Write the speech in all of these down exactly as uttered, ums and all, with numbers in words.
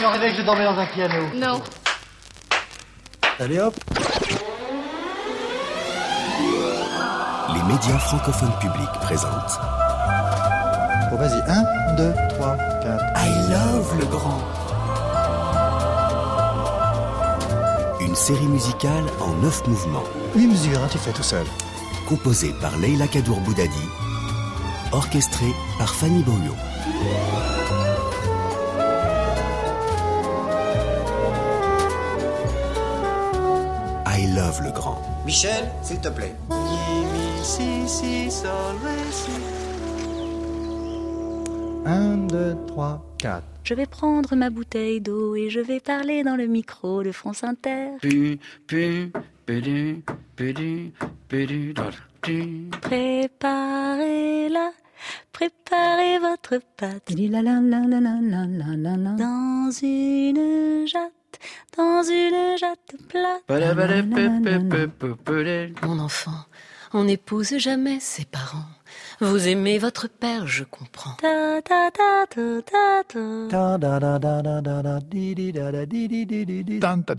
suis rêvé que je dormais dans un piano. Non. Allez hop. Les médias francophones publics présentent Bon, vas-y, un, deux, trois, quatre. I Love le Grand. Une série musicale en neuf mouvements. Huit mesures, hein, tu fais tout seul. Composée par Leila Kadour Boudadi. Orchestrée par Fanny Beaulieu. I Love le Grand. Michel, s'il te plaît. Un, deux, trois, quatre. Je vais prendre ma bouteille d'eau et je vais parler dans le micro de France Inter. Pu, pu, pédu, pédu, pédu, pédu. Préparez-la, préparez votre pâte. Dans une jatte, dans une jatte plate. Mon enfant, on n'épouse jamais ses parents. Vous aimez votre père, je comprends. Ta ta ta ta ta ta. Ta da da da da da da di di da da di di di di di.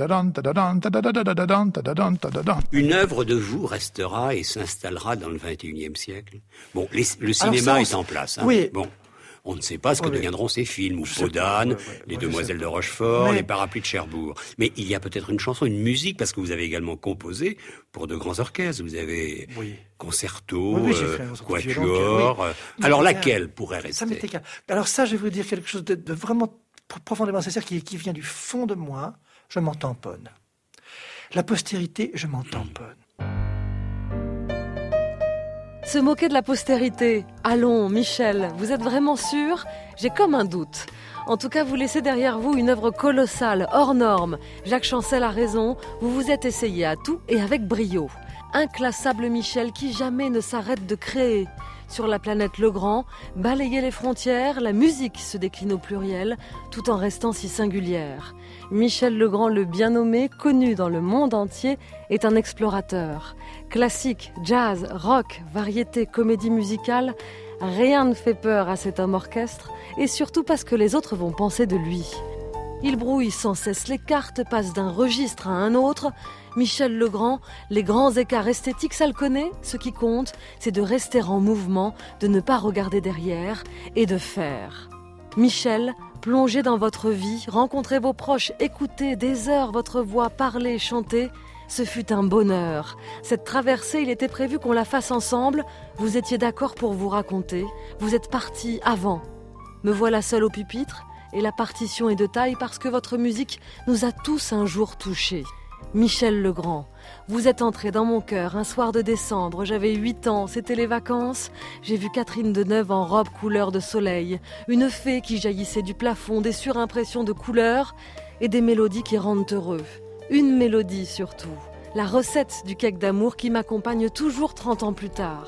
Une œuvre de vous restera et s'installera dans le vingt et unième siècle. Bon, les, le cinéma ça, est en place. Hein. Oui. Bon, on ne sait pas ce que Oui, oui. deviendront ces films, ou Je sais Peau d'âne, pas, ouais, ouais, Les ouais, Demoiselles je sais de Rochefort, Mais- Les Parapluies de Cherbourg. Mais il y a peut-être une chanson, une musique, parce que vous avez également composé pour de grands orchestres. Vous avez Oui. concerto, Oui, oui, j'ai euh, fait un concerto violon, quatuor. oui. euh, Mais Alors ça- laquelle pourrait rester? Ça m'était calme. Alors ça, je vais vous dire quelque chose de, de vraiment pro- profondément sincère qui, qui vient du fond de moi. Je m'en tamponne. La postérité, je m'en tamponne. Se moquer de la postérité. Allons, Michel, vous êtes vraiment sûr? J'ai comme un doute. En tout cas, vous laissez derrière vous une œuvre colossale, hors norme. Jacques Chancel a raison, vous vous êtes essayé à tout et avec brio. Inclassable Michel qui jamais ne s'arrête de créer. Sur la planète Legrand, balayer les frontières, la musique se décline au pluriel, tout en restant si singulière. Michel Legrand, le bien nommé, connu dans le monde entier, est un explorateur. Classique, jazz, rock, variété, comédie musicale, rien ne fait peur à cet homme orchestre, et surtout parce que les autres vont penser de lui. Il brouille sans cesse les cartes, passe d'un registre à un autre. Michel Legrand, les grands écarts esthétiques, ça le connaît. Ce qui compte, c'est de rester en mouvement, de ne pas regarder derrière et de faire. Michel, plongez dans votre vie, rencontrez vos proches, écoutez des heures votre voix parler, chanter. Ce fut un bonheur. Cette traversée, il était prévu qu'on la fasse ensemble. Vous étiez d'accord pour vous raconter. Vous êtes partis avant. Me voilà seule au pupitre et la partition est de taille parce que votre musique nous a tous un jour touchés. Michel Legrand, vous êtes entré dans mon cœur un soir de décembre, j'avais huit ans, c'était les vacances. J'ai vu Catherine Deneuve en robe couleur de soleil, une fée qui jaillissait du plafond, des surimpressions de couleurs et des mélodies qui rendent heureux. Une mélodie surtout, la recette du cake d'amour qui m'accompagne toujours trente ans plus tard.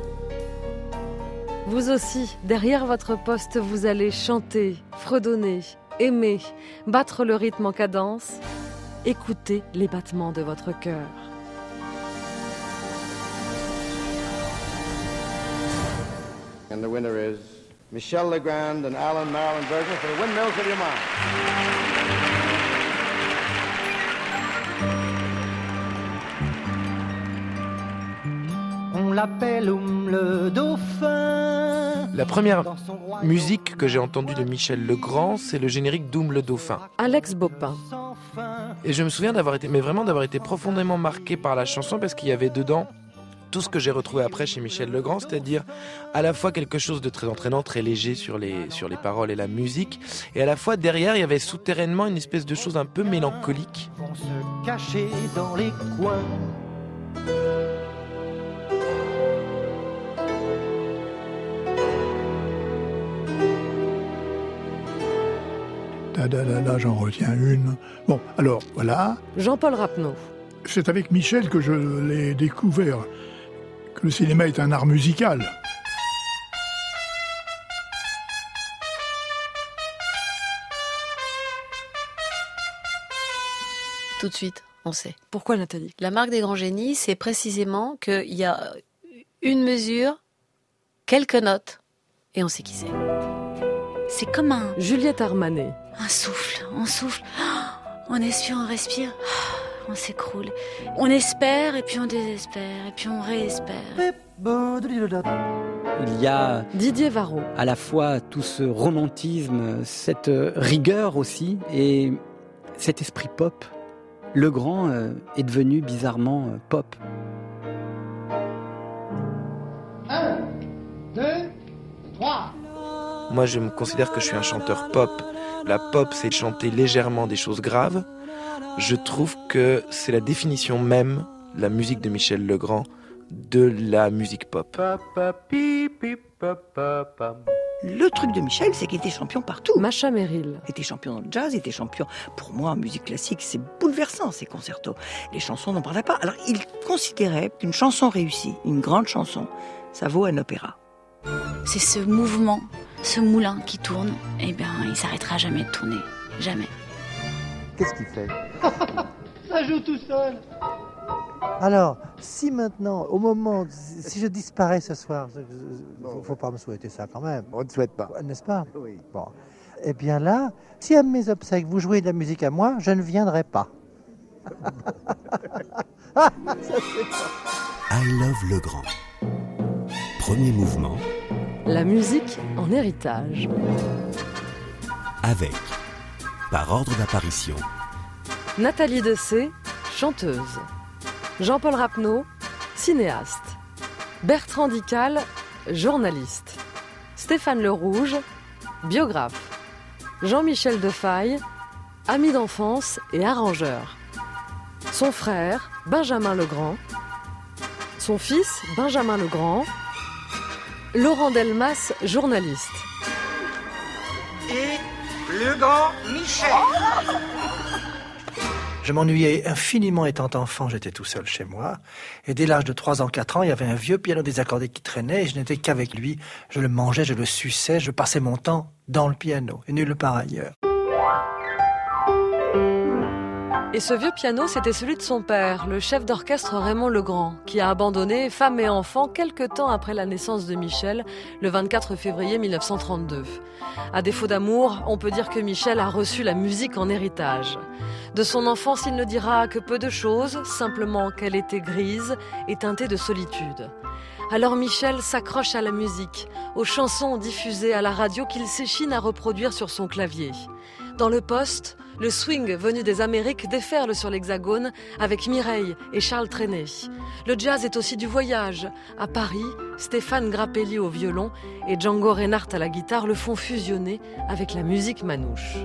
Vous aussi, derrière votre poste, vous allez chanter, fredonner, aimer, battre le rythme en cadence. Écoutez les battements de votre cœur. And the winner is Michel Legrand and Alan Marilyn Berger for the Windmills of Your Mind. On l'appelle Oum le dauphin. La première musique que j'ai entendue de Michel Legrand, c'est le générique d'Oum le dauphin. Alex Bopin. Et je me souviens d'avoir été, mais vraiment d'avoir été profondément marqué par la chanson parce qu'il y avait dedans tout ce que j'ai retrouvé après chez Michel Legrand, c'est-à-dire à la fois quelque chose de très entraînant, très léger sur les, sur les paroles et la musique, et à la fois derrière il y avait souterrainement une espèce de chose un peu mélancolique. Vont se cacher dans les coins. Là, là, là, là, j'en retiens une. Bon, alors, voilà. Jean-Paul Rapneau. C'est avec Michel que je l'ai découvert, que le cinéma est un art musical. Tout de suite, on sait. Pourquoi, Nathalie? La marque des grands génies, c'est précisément qu'il y a une mesure, quelques notes, et on sait qui c'est. C'est comme un... Juliette Armanet. Un souffle, on souffle, on expire, on respire, on s'écroule. On espère et puis on désespère et puis on réespère. Il y a Didier Varro. À la fois tout ce romantisme, cette rigueur aussi et cet esprit pop. Le Grand est devenu bizarrement pop. Un, deux, trois. Moi, je me considère que je suis un chanteur pop. La pop, c'est chanter légèrement des choses graves. Je trouve que c'est la définition même, la musique de Michel Legrand, de la musique pop. Le truc de Michel, c'est qu'il était champion partout. Macha Merrill. Il était champion dans le jazz, il était champion... Pour moi, en musique classique, c'est bouleversant, ces concertos. Les chansons n'en parlaient pas. Alors, il considérait qu'une chanson réussie, une grande chanson, ça vaut un opéra. C'est ce mouvement, ce moulin qui tourne, eh bien, il s'arrêtera jamais de tourner. Jamais. Qu'est-ce qu'il fait? Ça joue tout seul. Alors, si maintenant, au moment, si je disparais ce soir, il ne faut pas me souhaiter ça quand même. On ne souhaite pas. N'est-ce pas? Oui. Bon. Eh bien là, si à mes obsèques, vous jouez de la musique à moi, je ne viendrai pas. Ah, ça c'est I Love Legrand. Premier mouvement. La musique en héritage. Avec, par ordre d'apparition, Nathalie Dessay, chanteuse. Jean-Paul Rapneau, cinéaste. Bertrand Dical, journaliste. Stéphane Le Rouge, biographe. Jean-Michel Defaille, ami d'enfance et arrangeur. Son frère, Benjamin Legrand. Son fils, Benjamin Legrand. Laurent Delmas, journaliste. Et le grand Michel. Je m'ennuyais infiniment étant enfant, j'étais tout seul chez moi. Et dès l'âge de trois ans, quatre ans, il y avait un vieux piano désaccordé qui traînait et je n'étais qu'avec lui. Je le mangeais, je le suçais, je passais mon temps dans le piano et nulle part ailleurs. Et ce vieux piano, c'était celui de son père, le chef d'orchestre Raymond Legrand, qui a abandonné femme et enfant quelque temps après la naissance de Michel, le vingt-quatre février mille neuf cent trente-deux. À défaut d'amour, on peut dire que Michel a reçu la musique en héritage. De son enfance, il ne dira que peu de choses, simplement qu'elle était grise et teintée de solitude. Alors Michel s'accroche à la musique, aux chansons diffusées à la radio qu'il s'échine à reproduire sur son clavier. Dans le poste, le swing venu des Amériques déferle sur l'Hexagone avec Mireille et Charles Trenet. Le jazz est aussi du voyage. À Paris, Stéphane Grappelli au violon et Django Reinhardt à la guitare le font fusionner avec la musique manouche.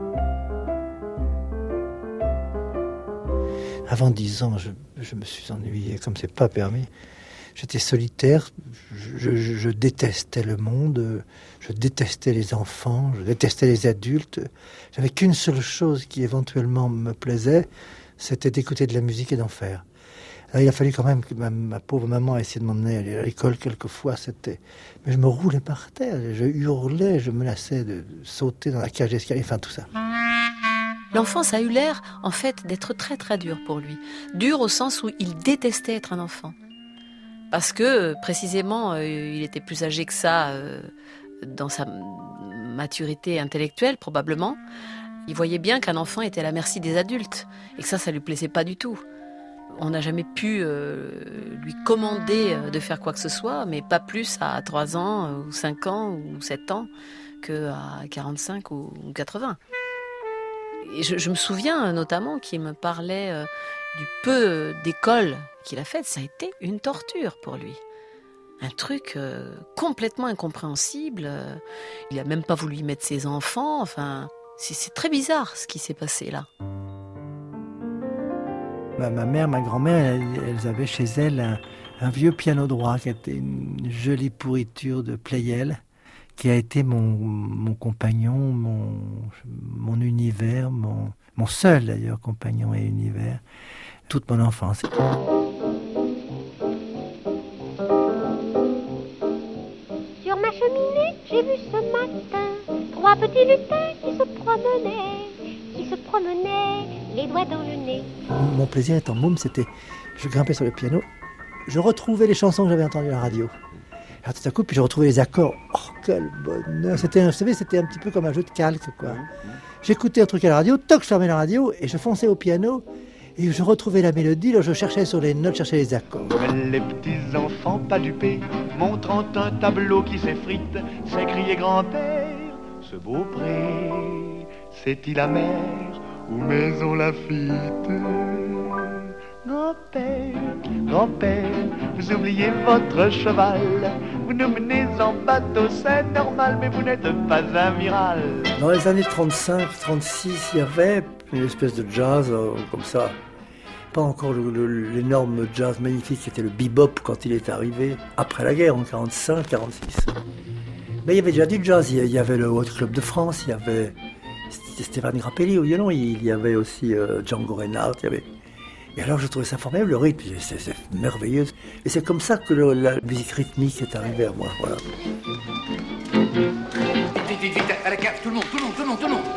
Avant dix ans, je, je me suis ennuyé, comme c'est pas permis. J'étais solitaire, je, je, je détestais le monde, je détestais les enfants, je détestais les adultes. J'avais qu'une seule chose qui éventuellement me plaisait, c'était d'écouter de la musique et d'en faire. Alors, il a fallu quand même que ma, ma pauvre maman essaie de m'emmener à l'école quelquefois, c'était... Mais je me roulais par terre, je hurlais, je me lassais de sauter dans la cage d'escalier, enfin tout ça. L'enfance a eu l'air, en fait, d'être très très dur pour lui. Dur au sens où il détestait être un enfant. Parce que, précisément, euh, il était plus âgé que ça euh, dans sa maturité intellectuelle, probablement. Il voyait bien qu'un enfant était à la merci des adultes et que ça, ça lui plaisait pas du tout. On n'a jamais pu euh, lui commander de faire quoi que ce soit, mais pas plus à trois ans, ou cinq ans, ou sept ans, qu'à quarante-cinq ou quatre-vingts. Et je, je me souviens notamment qu'il me parlait euh, du peu d'école qu'il a faite. Ça a été une torture pour lui. Un truc euh, complètement incompréhensible. Euh, il n'a même pas voulu y mettre ses enfants. Enfin, c'est, c'est très bizarre ce qui s'est passé là. Ma, ma mère, ma grand-mère, elles, elles avaient chez elles un, un vieux piano droit qui était une jolie pourriture de Pleyel, qui a été mon, mon compagnon, mon, mon univers, mon, mon seul d'ailleurs compagnon et univers, toute mon enfance. Sur ma cheminée, j'ai vu ce matin trois petits lutins qui se promenaient, qui se promenaient, les doigts dans le nez. Mon plaisir étant môme, c'était, je grimpais sur le piano, je retrouvais les chansons que j'avais entendues à la radio. Alors tout à coup, puis je retrouvais les accords. Oh, quel bonheur. C'était, vous savez, c'était un petit peu comme un jeu de calque, quoi. J'écoutais un truc à la radio, toc, je fermais la radio et je fonçais au piano et je retrouvais la mélodie, là je cherchais sur les notes, je cherchais les accords. Mais les petits enfants pas dupés, montrant un tableau qui s'effrite, s'écriait grand-père, ce beau pré, c'est-il la mer ou maison Lafitte? Grand-père, grand-père, vous oubliez votre cheval, vous nous menez en bateau, c'est normal, mais vous n'êtes pas amiral. Dans les années trente-cinq trente-six, il y avait une espèce de jazz euh, comme ça. Pas encore le, le, l'énorme jazz magnifique qui était le bebop quand il est arrivé, après la guerre, en quarante-cinq quarante-six. Mais il y avait déjà du jazz, il y avait le Hot Club de France, il y avait Stéphane Grappelli au violon, il y avait aussi euh, Django Reinhardt, il y avait... Et alors je trouvais ça formidable, le rythme, c'est, c'est merveilleux. Et c'est comme ça que le, la musique rythmique est arrivée à moi, voilà. Vite, vite, vite, à la cave, tout le monde, tout le monde, tout le monde, tout le monde.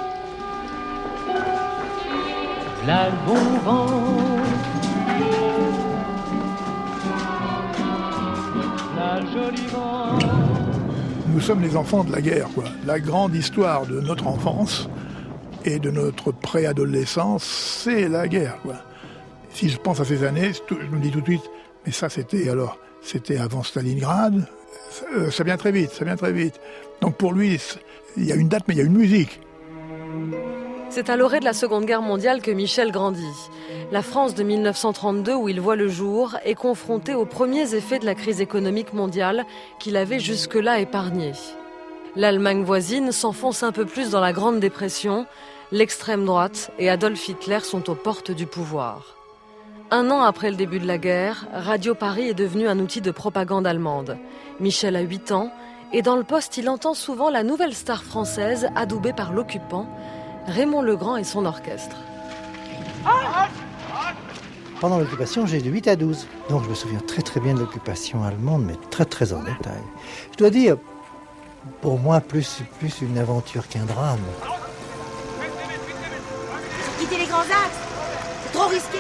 La bon vent, la jolie vent. Nous sommes les enfants de la guerre, quoi. La grande histoire de notre enfance et de notre préadolescence, c'est la guerre, quoi. Si je pense à ces années, je me dis tout de suite, mais ça c'était alors, c'était avant Stalingrad, ça, ça vient très vite, ça vient très vite. Donc pour lui, il y a une date, mais il y a une musique. C'est à l'orée de la Seconde Guerre mondiale que Michel grandit. La France de mille neuf cent trente-deux, où il voit le jour, est confrontée aux premiers effets de la crise économique mondiale qu'il avait jusque-là épargnée. L'Allemagne voisine s'enfonce un peu plus dans la Grande Dépression, l'extrême droite et Adolf Hitler sont aux portes du pouvoir. Un an après le début de la guerre, Radio Paris est devenu un outil de propagande allemande. Michel a huit ans et dans le poste, il entend souvent la nouvelle star française adoubée par l'occupant, Raymond Legrand et son orchestre. Pendant l'occupation, j'ai de huit à douze. Donc je me souviens très très bien de l'occupation allemande, mais très très en détail. Je dois dire, pour moi, plus, plus une aventure qu'un drame. Quittez les grands axes, c'est trop risqué.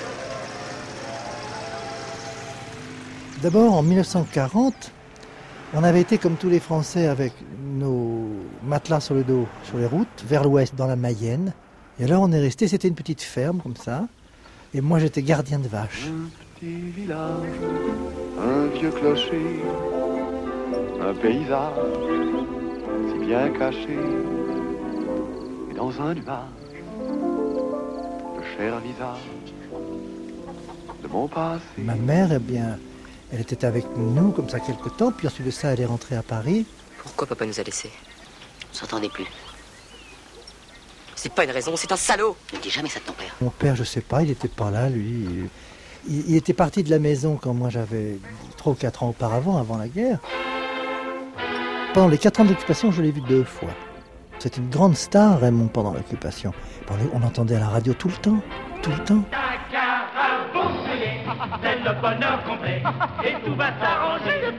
D'abord, en mille neuf cent quarante, on avait été comme tous les Français avec nos matelas sur le dos, sur les routes, vers l'ouest, dans la Mayenne. Et alors on est resté, c'était une petite ferme comme ça. Et moi j'étais gardien de vaches. Un petit village, un vieux clocher, un paysage si bien caché. Et dans un nuage, le cher visage de mon passé. Ma mère, eh bien... Elle était avec nous comme ça quelque temps, puis ensuite de ça, elle est rentrée à Paris. Pourquoi papa nous a laissés? On s'entendait plus. C'est pas une raison, c'est un salaud. Ne dis jamais ça de ton père. Mon père, je sais pas, il était pas là, lui. Il, il était parti de la maison quand moi j'avais trois ou quatre ans auparavant, avant la guerre. Pendant les quatre ans d'occupation, je l'ai vu deux fois. C'est une grande star, Raymond, pendant l'occupation. On l'entendait à la radio tout le temps, tout le temps. C'est le bonheur complet et tout va s'arranger. Le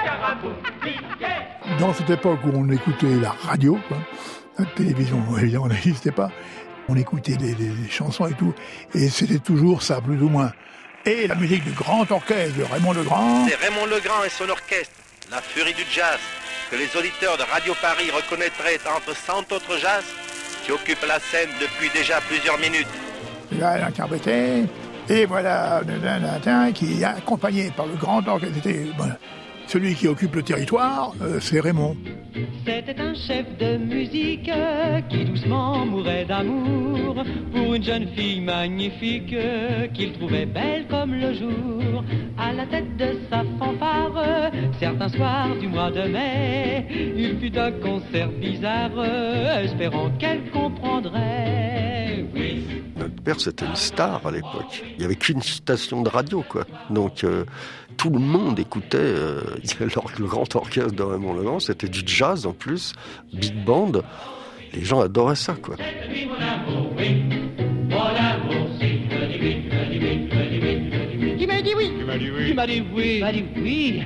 Dans cette époque où on écoutait la radio, quoi, la télévision, évidemment, n'existait pas, on écoutait des, des, des chansons et tout, et c'était toujours ça, plus ou moins. Et la musique du grand orchestre de Raymond Legrand. C'est Raymond Legrand et son orchestre, la furie du jazz, que les auditeurs de Radio Paris reconnaîtraient entre cent autres jazz qui occupent la scène depuis déjà plusieurs minutes. Là, l'interprété. Et voilà, qui est accompagné par le grand orchestre. Voilà. Celui qui occupe le territoire, euh, c'est Raymond. C'était un chef de musique qui doucement mourait d'amour pour une jeune fille magnifique qu'il trouvait belle comme le jour. À la tête de sa fanfare, certains soirs du mois de mai, il fut un concert bizarre, espérant qu'elle comprendrait. Oui. Notre père, c'était une star à l'époque. Il n'y avait qu'une station de radio, quoi. Donc, euh, tout le monde écoutait euh, le grand orchestre de Raymond Legrand. C'était du jazz, en plus, big band. Les gens adoraient ça, quoi. Qui m'a dit oui? Qui m'a dit oui? Qui m'a dit oui? Qui m'a dit oui?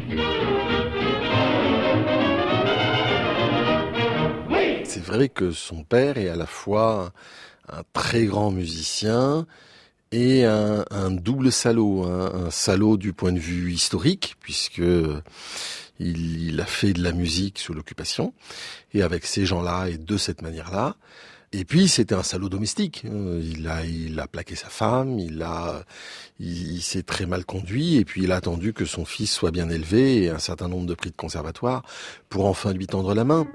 Oui. C'est vrai que son père est à la fois un très grand musicien et un, un double salaud, hein, un salaud du point de vue historique, puisque Il, il a fait de la musique sous l'occupation, et avec ces gens-là et de cette manière-là. Et puis c'était un salaud domestique. Il a, il a plaqué sa femme, il a, il, il s'est très mal conduit, et puis il a attendu que son fils soit bien élevé et un certain nombre de prix de conservatoire pour enfin lui tendre la main.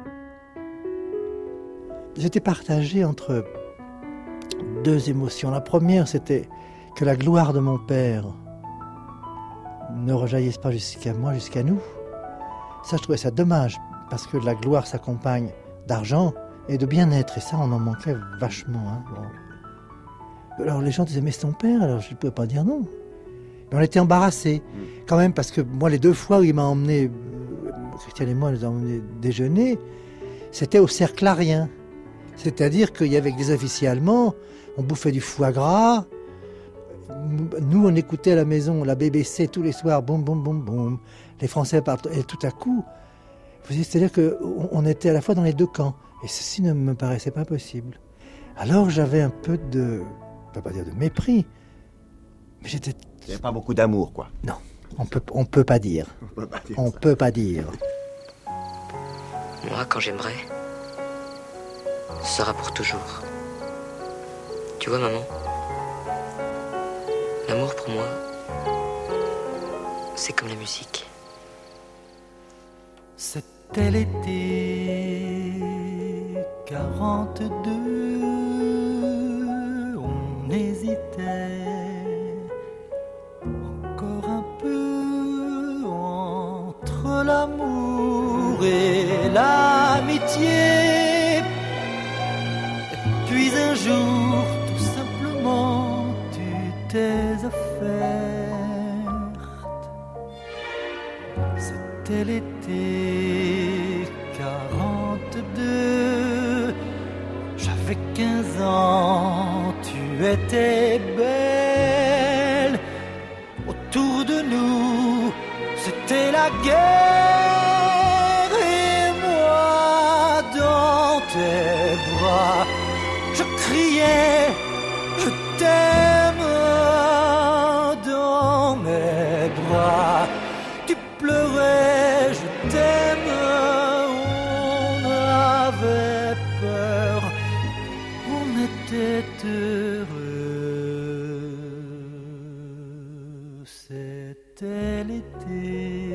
J'étais partagé entre deux émotions. La première, c'était que la gloire de mon père ne rejaillisse pas jusqu'à moi, jusqu'à nous. Ça, je trouvais ça dommage, parce que la gloire s'accompagne d'argent et de bien-être, et ça, on en manquait vachement. Hein. Bon. Alors les gens disaient, mais c'est ton père, alors je ne pouvais pas dire non. Mais on était embarrassés, mmh. quand même, parce que moi, les deux fois où il m'a emmené, Christiane et moi, nous avons emmené déjeuner, c'était au cercle Larien. C'est-à-dire qu'il y avait des officiers allemands, on bouffait du foie gras. Nous, on écoutait à la maison la B B C tous les soirs, boum, boum, boum, boum. Les Français partent, et tout à coup, c'est-à-dire qu'on était à la fois dans les deux camps. Et ceci ne me paraissait pas possible. Alors j'avais un peu de, je ne peux pas dire de mépris, mais j'étais... Il n'y avait pas beaucoup d'amour, quoi. Non, on peut, on peut pas dire. On peut pas dire. On peut pas dire. Moi, quand j'aimerai, ce sera pour toujours. Tu vois, maman, l'amour pour moi, c'est comme la musique. C'était l'été quarante-deux, on hésitait encore un peu entre l'amour et l'amitié. Et puis un jour, tout simplement, tu t'es offerte. C'était l'été quarante-deux, j'avais quinze ans, tu étais belle. Autour de nous, c'était la guerre, et moi dans tes bras, je criais, je t'aime dans mes bras. Tu pleurais, je t'aime, on avait peur, on était heureux. C'était l'été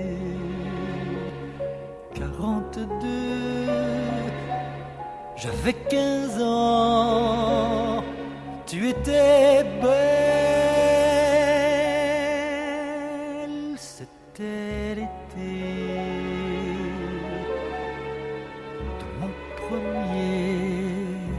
quarante-deux, j'avais quinze ans, tu étais belle. C'était l'été de mon premier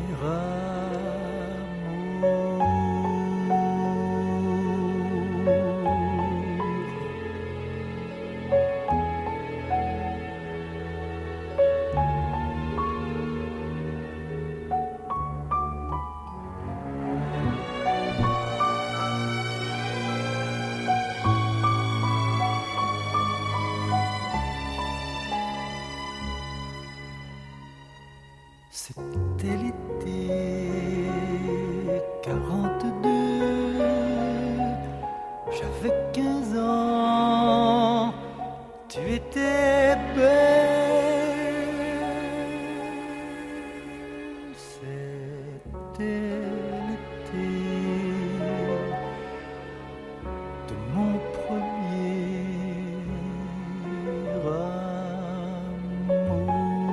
C'était l'été quarante-deux, j'avais quinze ans, tu étais belle. C'était l'été de mon premier amour.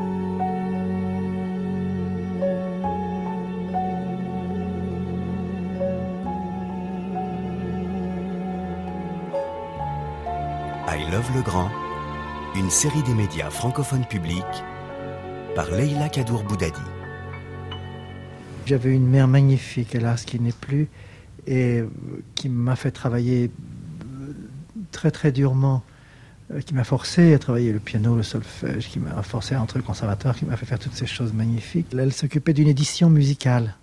I Love le Grand, une série des médias francophones publics par Leïla Kadour Boudadi. J'avais une mère magnifique, hélas, qui n'est plus, et qui m'a fait travailler très très durement, qui m'a forcé à travailler le piano, le solfège, qui m'a forcé à entrer au conservatoire, qui m'a fait faire toutes ces choses magnifiques. Elle s'occupait d'une édition musicale.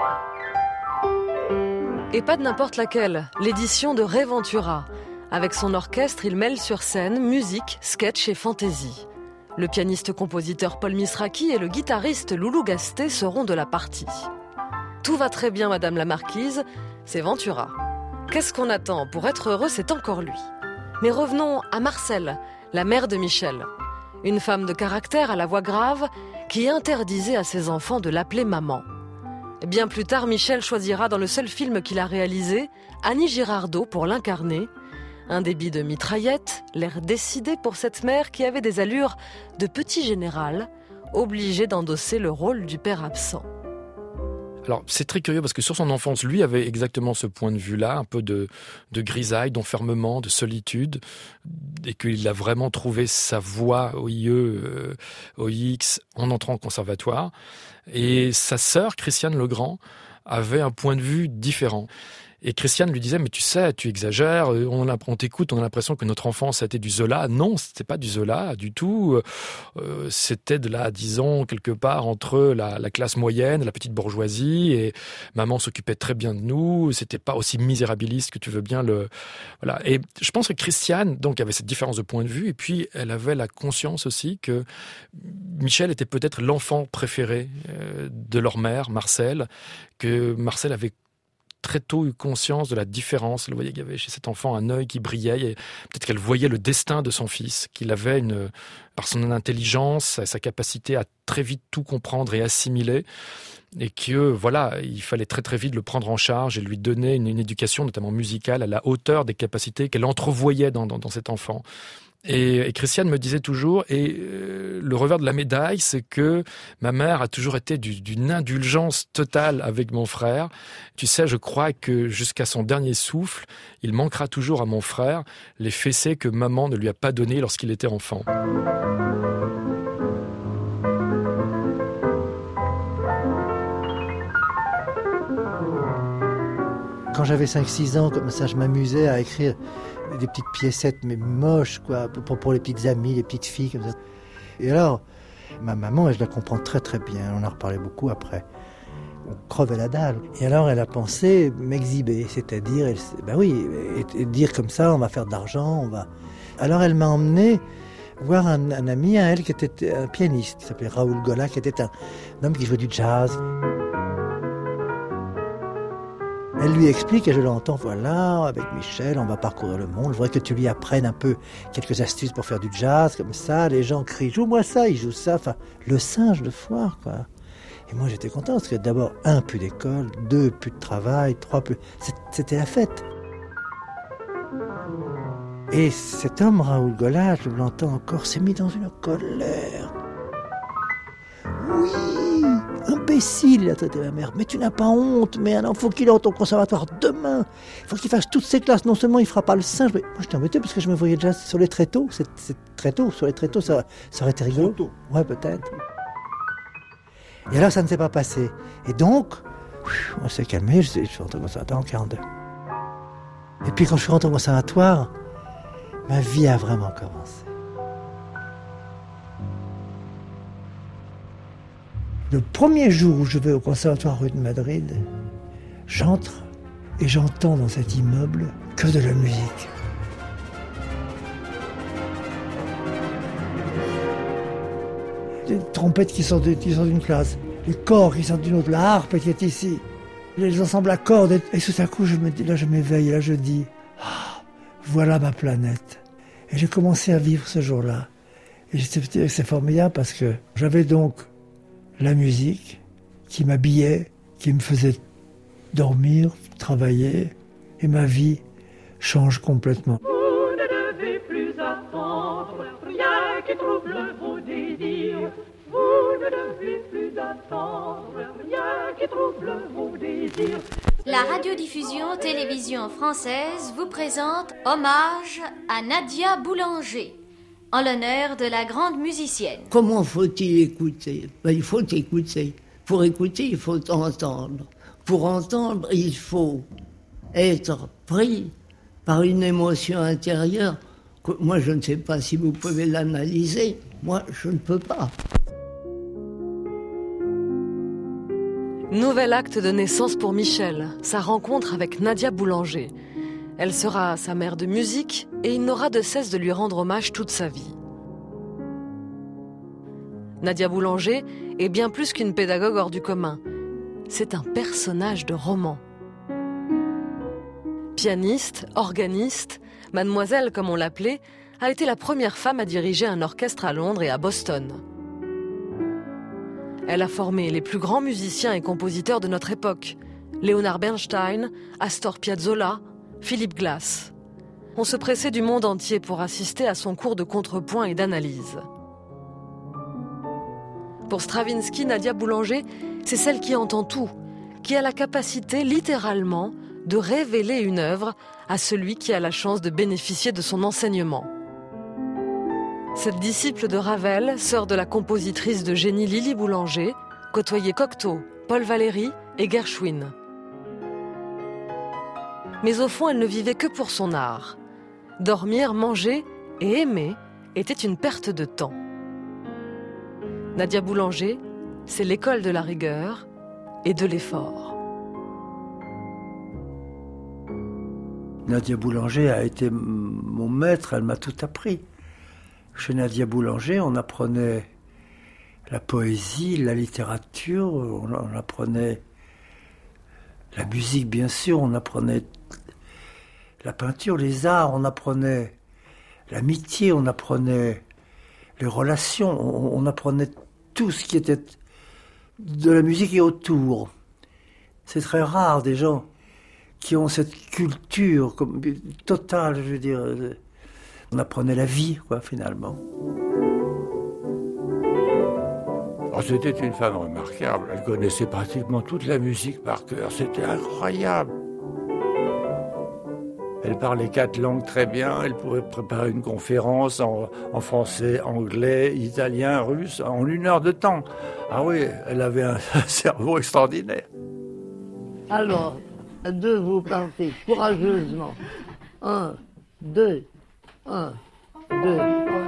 Et pas de n'importe laquelle, l'édition de Ray Ventura. Avec son orchestre, il mêle sur scène musique, sketch et fantaisie. Le pianiste-compositeur Paul Misraki et le guitariste Loulou Gasté seront de la partie. Tout va très bien, Madame la Marquise, c'est Ventura. Qu'est-ce qu'on attend? Pour être heureux, c'est encore lui. Mais revenons à Marcel, la mère de Michel. Une femme de caractère à la voix grave qui interdisait à ses enfants de l'appeler maman. Bien plus tard, Michel choisira dans le seul film qu'il a réalisé, Annie Girardot pour l'incarner. Un débit de mitraillette, l'air décidé pour cette mère qui avait des allures de petit général, obligée d'endosser le rôle du père absent. Alors, c'est très curieux parce que sur son enfance, lui avait exactement ce point de vue-là, un peu de, de grisaille, d'enfermement, de solitude, et qu'il a vraiment trouvé sa voie au I E, euh, au I X, en entrant au conservatoire. Et sa sœur, Christiane Legrand, avait un point de vue différent. Et Christiane lui disait, mais tu sais, tu exagères, on, a, on t'écoute, on a l'impression que notre enfance, c'était du Zola. Non, c'était pas du Zola, du tout. Euh, c'était de là, disons, quelque part entre la, la classe moyenne, la petite bourgeoisie, et maman s'occupait très bien de nous, c'était pas aussi misérabiliste que tu veux bien le... Voilà. Et je pense que Christiane, donc, avait cette différence de point de vue, et puis elle avait la conscience aussi que Michel était peut-être l'enfant préféré euh, de leur mère, Marcel, que Marcel avait très tôt eu conscience de la différence. Elle voyait qu'il y avait chez cet enfant un œil qui brillait, et peut-être qu'elle voyait le destin de son fils, qu'il avait une, par son intelligence, sa capacité à très vite tout comprendre et assimiler, et que voilà, il fallait très très vite le prendre en charge et lui donner une, une éducation, notamment musicale, à la hauteur des capacités qu'elle entrevoyait dans, dans, dans cet enfant. Et, et Christiane me disait toujours, et euh, le revers de la médaille, c'est que ma mère a toujours été du, d'une indulgence totale avec mon frère. Tu sais, je crois que jusqu'à son dernier souffle, il manquera toujours à mon frère les fessées que maman ne lui a pas données lorsqu'il était enfant. Quand j'avais cinq six ans, comme ça, je m'amusais à écrire des petites piécettes, mais moches, quoi, pour, pour les petites amies, les petites filles, comme ça. Et alors, ma maman, je la comprends très très bien, on en reparlait beaucoup après, on crevait la dalle. Et alors, elle a pensé m'exhiber, c'est-à-dire, elle, ben oui, et, et dire comme ça, on va faire de l'argent, on va... Alors, elle m'a emmené voir un, un ami à elle qui était un pianiste, qui s'appelait Raoul Gola, qui était un, un homme qui jouait du jazz. Elle lui explique, et je l'entends, voilà, avec Michel, on va parcourir le monde. Je voudrais que tu lui apprennes un peu quelques astuces pour faire du jazz, comme ça. Les gens crient, joue-moi ça, il joue ça. Enfin, le singe de foire, quoi. Et moi, j'étais content, parce que d'abord, un, plus d'école, deux, plus de travail, trois, plus... C'était la fête. Et cet homme, Raoul Gola, je l'entends encore, s'est mis dans une colère. Oui, imbécile, il a traité ma mère. Mais tu n'as pas honte, mais alors faut qu'il entre au conservatoire demain. Il faut qu'il fasse toutes ses classes. Non seulement il fera pas le singe, mais moi j'étais embêté parce que je me voyais déjà sur les tréteaux. C'est, c'est très tôt, sur les tréteaux, ça, ça aurait été rigolo. Ouais, peut-être. Et alors ça ne s'est pas passé. Et donc, on s'est calmé, je suis rentré au conservatoire en quarante-deux. Et puis quand je suis rentré au conservatoire, ma vie a vraiment commencé. Le premier jour où je vais au conservatoire rue de Madrid, j'entre et j'entends dans cet immeuble que de la musique. Des trompettes qui sortent, qui sortent d'une classe, les corps qui sortent d'une autre, la harpe qui est ici, les ensembles à cordes. Et tout à coup, je me dis, là je m'éveille, là je dis, ah, voilà ma planète. Et j'ai commencé à vivre ce jour-là. Et c'est formidable parce que j'avais donc la musique qui m'habillait, qui me faisait dormir, travailler, et ma vie change complètement. Vous ne devez plus attendre rien qui trouble vos désirs. Vous ne devez plus attendre rien qui trouble vos désirs. La radiodiffusion télévision française vous présente Hommage à Nadia Boulanger, en l'honneur de la grande musicienne. Comment faut-il écouter? Ben, il faut écouter. Pour écouter, il faut entendre. Pour entendre, il faut être pris par une émotion intérieure que moi, je ne sais pas si vous pouvez l'analyser. Moi, je ne peux pas. Nouvel acte de naissance pour Michel, sa rencontre avec Nadia Boulanger. Elle sera sa mère de musique et il n'aura de cesse de lui rendre hommage toute sa vie. Nadia Boulanger est bien plus qu'une pédagogue hors du commun. C'est un personnage de roman. Pianiste, organiste, mademoiselle comme on l'appelait, a été la première femme à diriger un orchestre à Londres et à Boston. Elle a formé les plus grands musiciens et compositeurs de notre époque. Leonard Bernstein, Astor Piazzolla, Philip Glass. On se pressait du monde entier pour assister à son cours de contrepoint et d'analyse. Pour Stravinsky, Nadia Boulanger, c'est celle qui entend tout, qui a la capacité, littéralement, de révéler une œuvre à celui qui a la chance de bénéficier de son enseignement. Cette disciple de Ravel, sœur de la compositrice de génie Lily Boulanger, côtoyait Cocteau, Paul Valéry et Gershwin. Mais au fond, elle ne vivait que pour son art. Dormir, manger et aimer était une perte de temps. Nadia Boulanger, c'est l'école de la rigueur et de l'effort. Nadia Boulanger a été mon maître, elle m'a tout appris. Chez Nadia Boulanger, on apprenait la poésie, la littérature, on, on apprenait la musique, bien sûr, on apprenait la peinture, les arts, on apprenait l'amitié, on apprenait les relations, on, on apprenait tout ce qui était de la musique et autour. C'est très rare des gens qui ont cette culture comme, totale, je veux dire. On apprenait la vie, quoi, finalement. Alors, c'était une femme remarquable. Elle connaissait pratiquement toute la musique par cœur. C'était incroyable. Elle parlait quatre langues très bien. Elle pouvait préparer une conférence en, en français, anglais, italien, russe, en une heure de temps. Ah oui, elle avait un cerveau extraordinaire. Alors, à deux, vous partez courageusement. Un, deux, un, deux.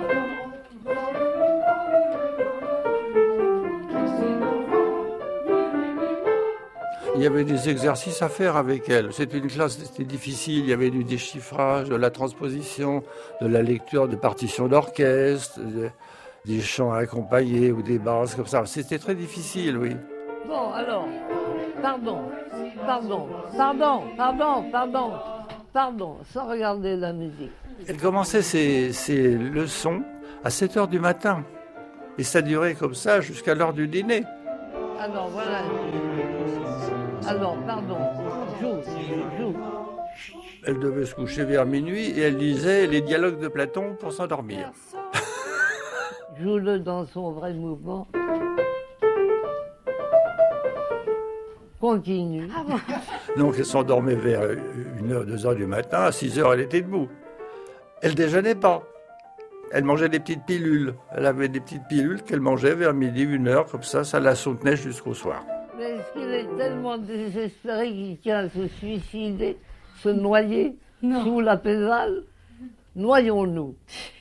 Il y avait des exercices à faire avec elle. C'était une classe, c'était difficile. Il y avait du déchiffrage, de la transposition, de la lecture de partitions d'orchestre, de, des chants accompagnés ou des basses comme ça. C'était très difficile, oui. Bon, alors, pardon, pardon, pardon, pardon, pardon, pardon, sans regarder la musique. Elle commençait ses, ses leçons à sept heures du matin. Et ça durait comme ça jusqu'à l'heure du dîner. Alors, voilà. Alors, pardon, joue, joue. Elle devait se coucher vers minuit et elle lisait les dialogues de Platon pour s'endormir. Joue-le dans son vrai mouvement. Continue. Ah bon. Donc elle s'endormait vers une heure, deux heures du matin. À six heures, elle était debout. Elle déjeunait pas. Elle mangeait des petites pilules. Elle avait des petites pilules qu'elle mangeait vers midi, une heure, comme ça, ça la soutenait jusqu'au soir. Mais est-ce qu'il est tellement désespéré qu'il tient à se suicider, se noyer non. Sous la pédale? Noyons-nous.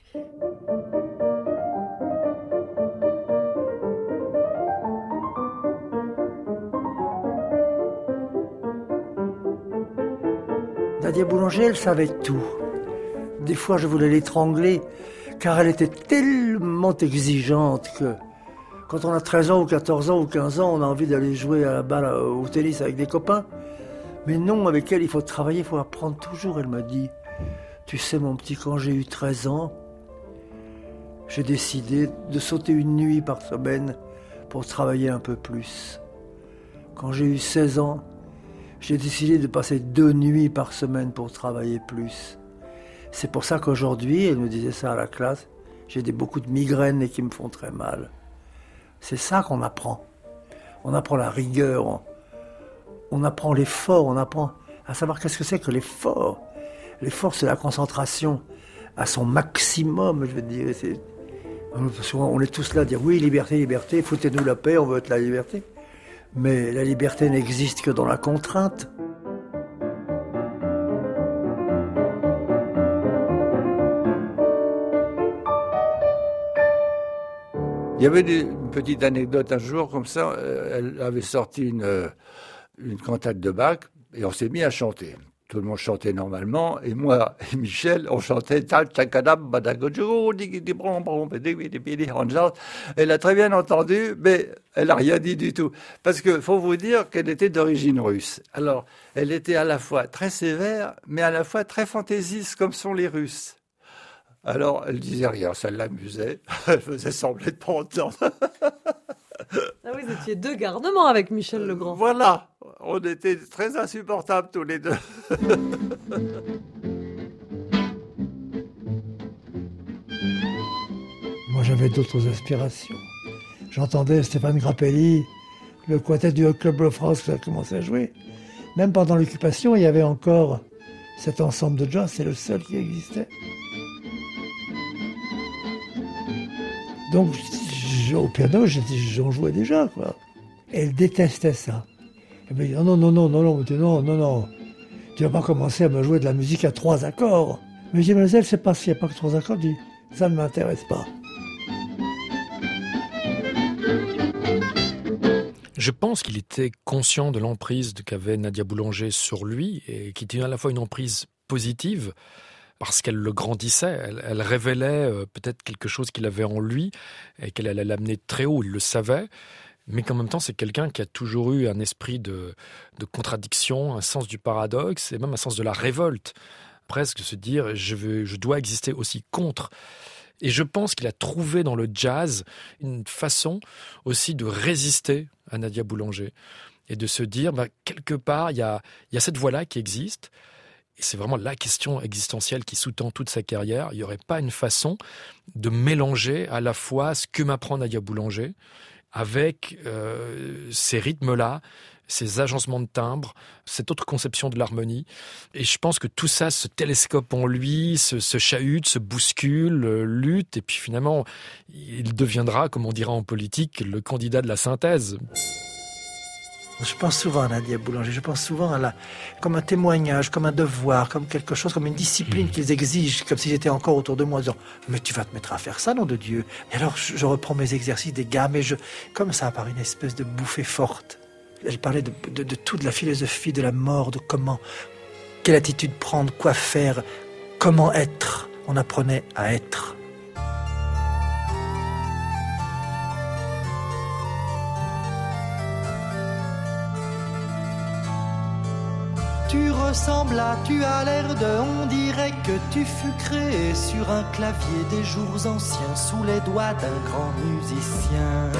Nadia Boulanger, elle savait tout. Des fois, je voulais l'étrangler, car elle était tellement exigeante que quand on a treize ans ou quatorze ans ou quinze ans, on a envie d'aller jouer à la balle au tennis avec des copains. Mais non, avec elle, il faut travailler, il faut apprendre toujours. Elle m'a dit, tu sais mon petit, quand j'ai eu treize ans, j'ai décidé de sauter une nuit par semaine pour travailler un peu plus. Quand j'ai eu seize ans, j'ai décidé de passer deux nuits par semaine pour travailler plus. C'est pour ça qu'aujourd'hui, elle me disait ça à la classe, j'ai des, beaucoup de migraines et qui me font très mal. C'est ça qu'on apprend. On apprend la rigueur, on, on apprend l'effort, on apprend à savoir qu'est-ce que c'est que l'effort. L'effort, c'est la concentration à son maximum, je veux dire. C'est, on est tous là à dire oui, liberté, liberté, foutez-nous la paix, on veut être la liberté. Mais la liberté n'existe que dans la contrainte. Il y avait des, une petite anecdote un jour, comme ça, elle avait sorti une, une cantate de Bach et on s'est mis à chanter. Tout le monde chantait normalement et moi et Michel, on chantait Elle a très bien entendu, mais elle n'a rien dit du tout. Parce qu'il faut vous dire qu'elle était d'origine russe. Alors, elle était à la fois très sévère, mais à la fois très fantaisiste, comme sont les Russes. Alors, elle disait rien, ça l'amusait. Elle faisait semblant de pas entendre. Ah oui, vous étiez deux garnements avec Michel Legrand. Voilà, on était très insupportables tous les deux. Moi, j'avais d'autres aspirations. J'entendais Stéphane Grappelli, le quartet du Club de France qui a commencé à jouer. Même pendant l'occupation, il y avait encore cet ensemble de jazz, c'est le seul qui existait. Donc, je, au piano, j'en jouais déjà, quoi. Et elle détestait ça. Elle me dit, non, non, non, non, non, non, non, non, non. Tu vas pas commencer à me jouer de la musique à trois accords. Mais je dis, mademoiselle, c'est pas s'il n'y a pas que trois accords. Je dis, ça ne m'intéresse pas. Je pense qu'il était conscient de l'emprise qu'avait Nadia Boulanger sur lui et qui était à la fois une emprise positive parce qu'elle le grandissait, elle, elle révélait euh, peut-être quelque chose qu'il avait en lui et qu'elle allait l'amener très haut, il le savait, mais qu'en même temps c'est quelqu'un qui a toujours eu un esprit de, de contradiction, un sens du paradoxe et même un sens de la révolte, presque se dire je, veux, je dois exister aussi contre. Et je pense qu'il a trouvé dans le jazz une façon aussi de résister à Nadia Boulanger et de se dire, bah, quelque part, il y a, y a cette voix-là qui existe et c'est vraiment la question existentielle qui sous-tend toute sa carrière. Il n'y aurait pas une façon de mélanger à la fois ce que m'apprend Nadia Boulanger avec euh, ces rythmes-là, ces agencements de timbres, cette autre conception de l'harmonie. Et je pense que tout ça se télescope en lui, se, se chahute, se bouscule, euh, lutte, et puis finalement, il deviendra, comme on dira en politique, le candidat de la synthèse. Je pense souvent à Nadia Boulanger, je pense souvent à la, comme un témoignage, comme un devoir, comme quelque chose, comme une discipline mmh. qu'ils exigent, comme si j'étais encore autour de moi en disant « Mais tu vas te mettre à faire ça, nom de Dieu !» Et alors je, je reprends mes exercices des gammes et je, comme ça, par une espèce de bouffée forte. Elle parlait de, de, de toute la philosophie de la mort, de comment, quelle attitude prendre, quoi faire, comment être. On apprenait à être. Tu ressembles à, tu as l'air de, on dirait que tu fus créé sur un clavier des jours anciens, sous les doigts d'un grand musicien.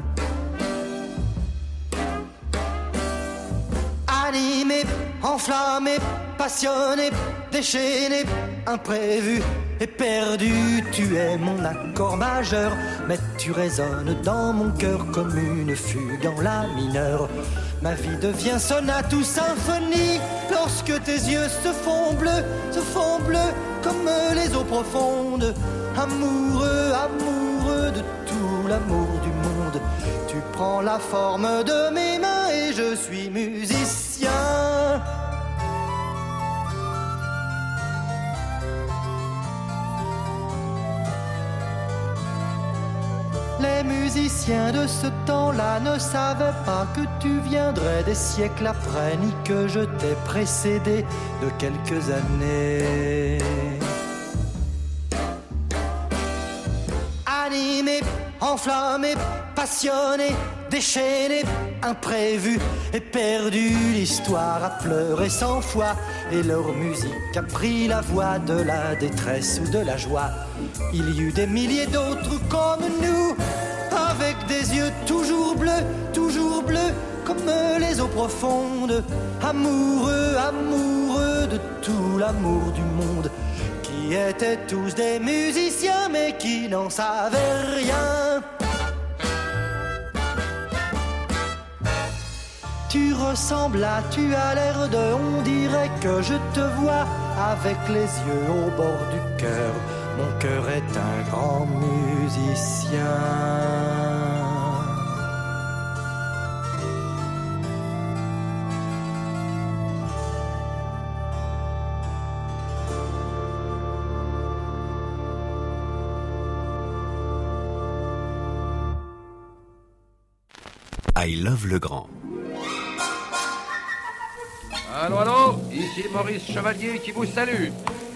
Animé, enflammé, passionné, déchaîné, imprévu et perdu, tu es mon accord majeur, mais tu résonnes dans mon cœur comme une fugue en la mineure. Ma vie devient sonate ou symphonie lorsque tes yeux se font bleus, se font bleus comme les eaux profondes. Amoureux, amoureux de tout l'amour du monde, tu prends la forme de mes mains et je suis musicien. Les musiciens de ce temps-là ne savaient pas que tu viendrais des siècles après, ni que je t'ai précédé de quelques années. Animé, enflammé, passionné, déchaîné, imprévu et perdu, l'histoire a pleuré cent fois et leur musique a pris la voix de la détresse ou de la joie. Il y eut des milliers d'autres comme nous, avec des yeux toujours bleus, toujours bleus comme les eaux profondes. Amoureux, amoureux de tout l'amour du monde, qui étaient tous des musiciens mais qui n'en savaient rien. Tu ressembles à, tu as l'air de, on dirait que je te vois avec les yeux au bord du cœur. Mon cœur est un grand musicien. I Love Legrand. Allô, allô, ici Maurice Chevalier qui vous salue.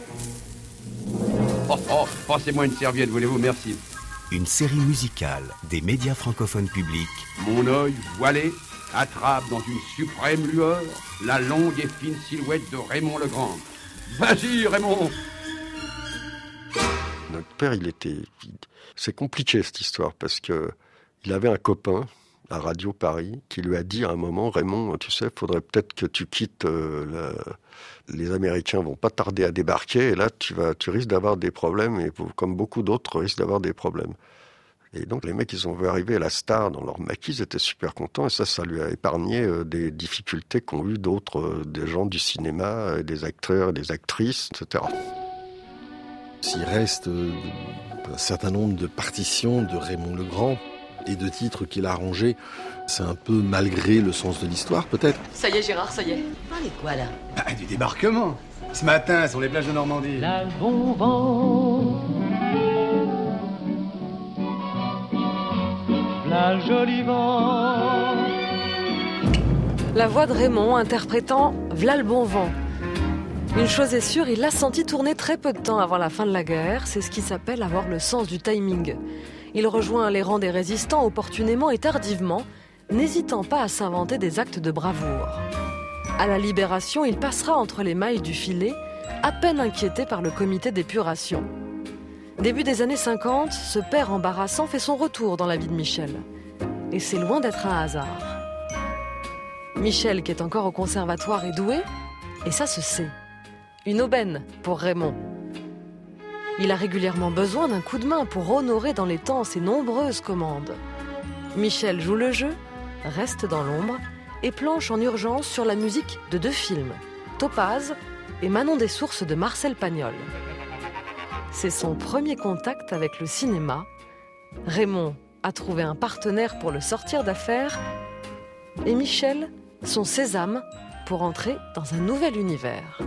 Oh, oh, passez-moi une serviette, voulez-vous, merci. Une série musicale des médias francophones publics. Mon œil voilé attrape dans une suprême lueur la longue et fine silhouette de Raymond Legrand. Vas-y, Raymond. Notre père, il était... Il... C'est compliqué cette histoire parce que il avait un copain à Radio Paris qui lui a dit à un moment, Raymond, tu sais, il faudrait peut-être que tu quittes... Euh, la... Les Américains vont pas tarder à débarquer et là, tu, vas, tu risques d'avoir des problèmes et comme beaucoup d'autres risquent d'avoir des problèmes. Et donc les mecs, ils sont vus arriver à la star dans leur maquis, ils étaient super contents et ça, ça lui a épargné euh, des difficultés qu'ont eu d'autres, euh, des gens du cinéma, euh, des acteurs, des actrices, et cetera. S'il reste euh, un certain nombre de partitions de Raymond Legrand et de titres qu'il a arrangés, c'est un peu malgré le sens de l'histoire, peut-être. Ça y est, Gérard, ça y est. Parlez quoi, là? Bah, du débarquement. Ce matin, sur les plages de Normandie. Là, le bon vent. La jolie vent. La voix de Raymond interprétant V'là le bon vent. Une chose est sûre, il l'a senti tourner très peu de temps avant la fin de la guerre. C'est ce qui s'appelle avoir le sens du timing. Il rejoint les rangs des résistants opportunément et tardivement, n'hésitant pas à s'inventer des actes de bravoure. À la Libération, il passera entre les mailles du filet, à peine inquiété par le comité d'épuration. Début des années cinquante, ce père embarrassant fait son retour dans la vie de Michel. Et c'est loin d'être un hasard. Michel, qui est encore au conservatoire, est doué, et ça se sait. Une aubaine pour Raymond. Il a régulièrement besoin d'un coup de main pour honorer dans les temps ses nombreuses commandes. Michel joue le jeu, reste dans l'ombre, et planche en urgence sur la musique de deux films, Topaz et Manon des Sources de Marcel Pagnol. C'est son premier contact avec le cinéma. Raymond a trouvé un partenaire pour le sortir d'affaires et Michel, son sésame pour entrer dans un nouvel univers.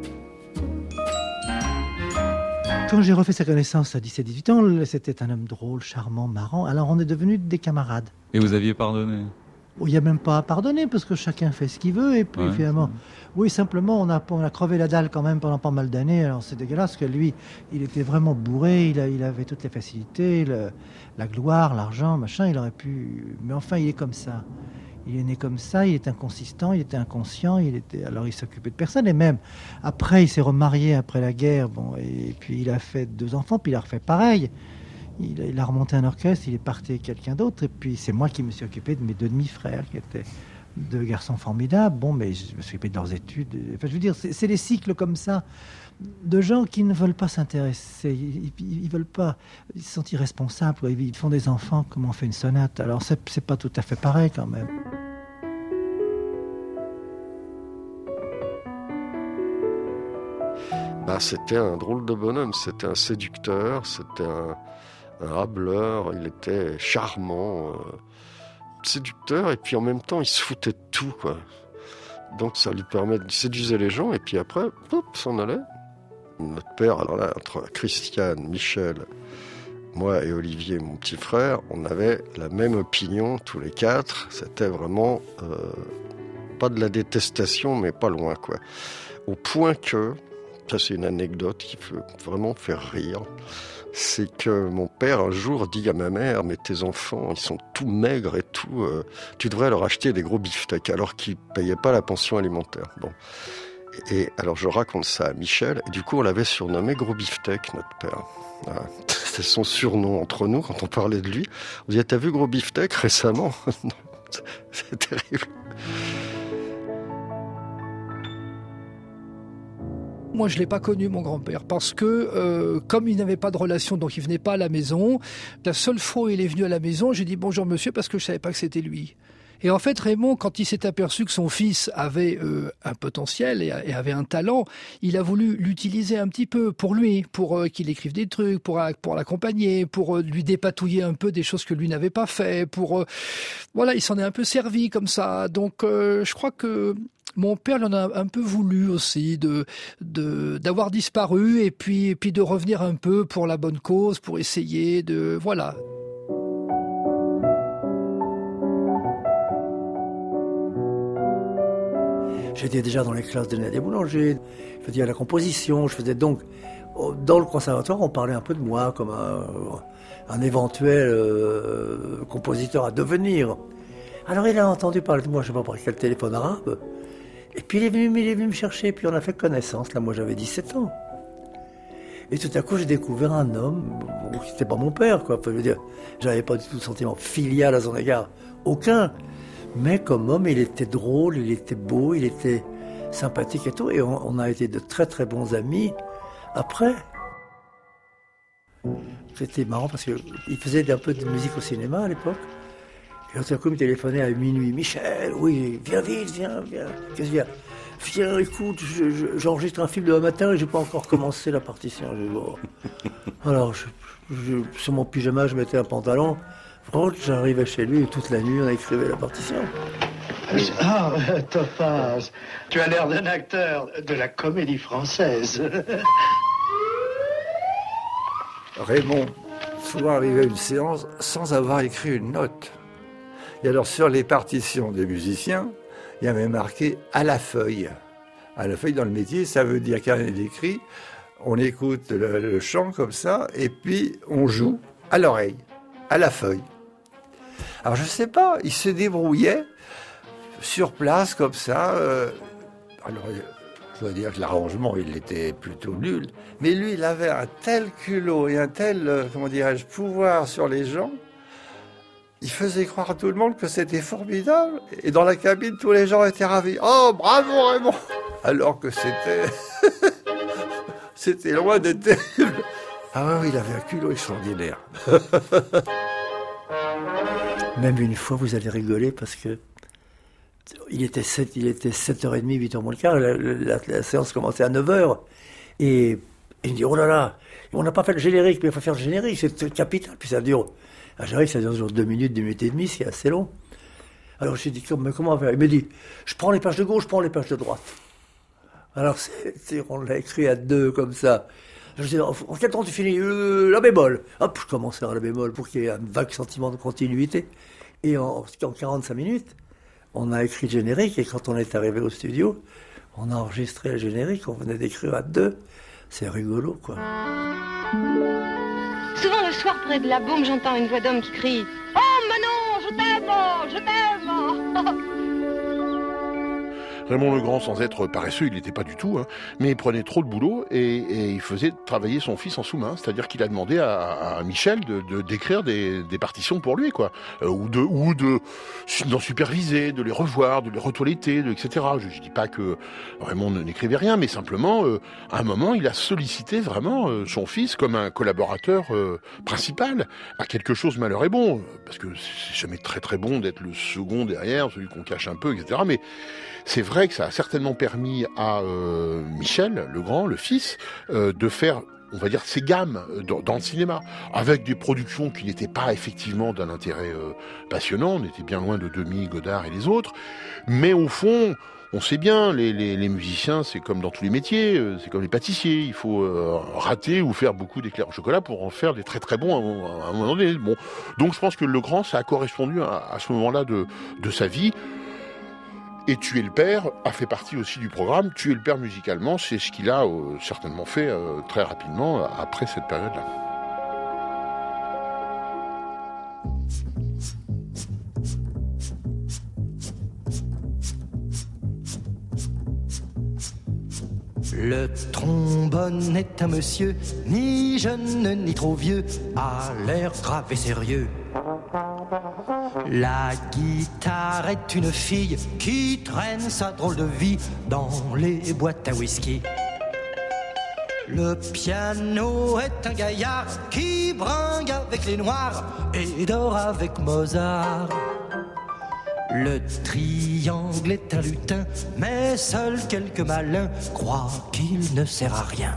Quand j'ai refait sa connaissance à dix-sept dix-huit ans, c'était un homme drôle, charmant, marrant. Alors on est devenus des camarades. Et vous aviez pardonné ? Il n'y a même pas à pardonner parce que chacun fait ce qu'il veut et puis ouais, finalement, oui simplement on a, on a crevé la dalle quand même pendant pas mal d'années. Alors c'est dégueulasse que lui, il était vraiment bourré, il, a, il avait toutes les facilités, le, la gloire, l'argent, machin, il aurait pu... Mais enfin il est comme ça. Il est né comme ça, il est inconsistant, il était inconscient, il était... alors il s'occupait de personne et même après il s'est remarié après la guerre, bon, et puis il a fait deux enfants, puis il a refait pareil. Il a, il a remonté un orchestre, il est parti avec quelqu'un d'autre, et puis c'est moi qui me suis occupé de mes deux demi-frères, qui étaient deux garçons formidables. Bon, mais je me suis occupé de leurs études. Enfin, je veux dire, c'est, c'est les cycles comme ça, de gens qui ne veulent pas s'intéresser, ils ne veulent pas, ils se sentent irresponsables, ils font des enfants comme on fait une sonate. Alors, c'est, c'est pas tout à fait pareil quand même. Bah, c'était un drôle de bonhomme, c'était un séducteur, c'était un... un hâbleur, il était charmant, euh, séducteur, et puis en même temps, il se foutait de tout, quoi. Donc ça lui permet de séduire les gens, et puis après, hop, s'en allait. Notre père, alors là, entre Christiane, Michel, moi et Olivier, mon petit frère, on avait la même opinion, tous les quatre. C'était vraiment, euh, pas de la détestation, mais pas loin, quoi. Au point que, ça c'est une anecdote qui peut vraiment faire rire, c'est que mon père un jour dit à ma mère, mais tes enfants, ils sont tout maigres et tout, euh, tu devrais leur acheter des gros beefsteaks, alors qu'ils ne payaient pas la pension alimentaire. Bon. Et alors je raconte ça à Michel, et du coup on l'avait surnommé Gros Beefsteak, notre père. Voilà. C'était son surnom entre nous quand on parlait de lui. On disait, t'as vu Gros Beefsteak récemment? Non, c'est, c'est terrible. Moi, je ne l'ai pas connu, mon grand-père, parce que euh, comme il n'avait pas de relation, donc il ne venait pas à la maison, la seule fois où il est venu à la maison, j'ai dit bonjour monsieur parce que je ne savais pas que c'était lui. Et en fait, Raymond, quand il s'est aperçu que son fils avait euh, un potentiel et, et avait un talent, il a voulu l'utiliser un petit peu pour lui, pour euh, qu'il écrive des trucs, pour, pour l'accompagner, pour euh, lui dépatouiller un peu des choses que lui n'avait pas fait, pour... Euh, voilà, il s'en est un peu servi comme ça. Donc, euh, je crois que... Mon père en a un peu voulu aussi de, de, d'avoir disparu et puis, et puis de revenir un peu pour la bonne cause, pour essayer de... Voilà. J'étais déjà dans les classes de Nadia Boulanger, je faisais la composition, je faisais donc... Dans le conservatoire, on parlait un peu de moi comme un, un éventuel euh, compositeur à devenir. Alors il a entendu parler de moi, je ne sais pas par quel téléphone arabe. Et puis il est venu, il est venu me chercher, puis on a fait connaissance. Là, moi j'avais dix-sept ans. Et tout à coup, j'ai découvert un homme, bon, qui n'était pas mon père, quoi. Enfin, je veux dire, j'avais pas du tout de sentiment filial à son égard, aucun. Mais comme homme, il était drôle, il était beau, il était sympathique et tout. Et on, on a été de très très bons amis après. C'était marrant parce qu'il faisait un peu de musique au cinéma à l'époque. Et tout à coup, il me téléphonait à minuit. Michel, oui, viens vite, viens, viens. Qu'est-ce qu'il y a ? Viens, écoute, je, je, j'enregistre un film demain matin et je n'ai pas encore commencé la partition. Je dis, bon. Alors, je, je, sur mon pyjama, je mettais un pantalon. J'arrivais chez lui et toute la nuit, on écrivait la partition. Ah, Topaz, tu as l'air d'un acteur de la comédie française. Raymond, souvent arrivait à une séance sans avoir écrit une note. Et alors, sur les partitions des musiciens, il y avait marqué « à la feuille ». À la feuille dans le métier, ça veut dire qu'un est écrit, on écoute le, le chant comme ça, et puis on joue à l'oreille, à la feuille. Alors, je ne sais pas, il se débrouillait sur place comme ça. Euh, alors, je dois dire que l'arrangement, il était plutôt nul. Mais lui, il avait un tel culot et un tel, euh, comment dirais-je, pouvoir sur les gens. Il faisait croire à tout le monde que c'était formidable. Et dans la cabine, tous les gens étaient ravis. Oh, bravo Raymond! Alors que c'était... c'était loin d'être terrible. Ah oui, il avait un culot extraordinaire. Même une fois, vous allez rigoler parce que il était sept, il était sept heures trente, huit heures moins le quart, la, la, la séance commençait à neuf heures. Et, et il me dit, oh là là, on n'a pas fait le générique, mais il faut faire le générique, c'est capital. Puis ça dure, un générique, ça dure toujours deux minutes, deux minutes et demie, c'est assez long. Alors je lui ai dit, mais comment faire? Il me dit, je prends les pages de gauche, je prends les pages de droite. Alors c'est, c'est, on l'a écrit à deux comme ça. Je dis, en quel temps tu finis? euh, La bémol. Hop, je commence à la bémol pour qu'il y ait un vague sentiment de continuité. Et en, en quarante-cinq minutes, on a écrit le générique. Et quand on est arrivé au studio, on a enregistré le générique. On venait d'écrire à deux. C'est rigolo, quoi. Souvent le soir, près de la baume, j'entends une voix d'homme qui crie « Oh, Manon, je t'aime, je t'aime !» Raymond Legrand, sans être paresseux, il n'était pas du tout, hein, mais il prenait trop de boulot et, et il faisait travailler son fils en sous-main. C'est-à-dire qu'il a demandé à, à Michel de, de d'écrire des, des partitions pour lui, quoi, euh, ou de ou de d'en superviser, de les revoir, de les retoiletter, de, et cetera. Je, je dis pas que Raymond n'écrivait rien, mais simplement, euh, à un moment, il a sollicité vraiment euh, son fils comme un collaborateur euh, principal. À quelque chose, malheur est bon, parce que c'est jamais très très bon d'être le second derrière, celui qu'on cache un peu, et cetera. Mais c'est vrai que ça a certainement permis à euh, Michel Legrand, le fils, euh, de faire, on va dire, ses gammes dans, dans le cinéma, avec des productions qui n'étaient pas effectivement d'un intérêt euh, passionnant. On était bien loin de Demy, Godard et les autres, mais au fond, on sait bien, les, les, les musiciens, c'est comme dans tous les métiers, euh, c'est comme les pâtissiers, il faut euh, rater ou faire beaucoup d'éclairs au chocolat pour en faire des très très bons à, à un moment donné. Bon, donc je pense que Legrand, ça a correspondu à, à ce moment-là de, de sa vie. Et Tuer le père a fait partie aussi du programme. Tuer le père musicalement, c'est ce qu'il a euh, certainement fait euh, très rapidement euh, après cette période-là. Le trombone est un monsieur, ni jeune ni trop vieux, a l'air grave et sérieux. La guitare est une fille qui traîne sa drôle de vie dans les boîtes à whisky. Le piano est un gaillard qui bringue avec les noirs et dort avec Mozart. Le triangle est un lutin, mais seuls quelques malins croient qu'il ne sert à rien.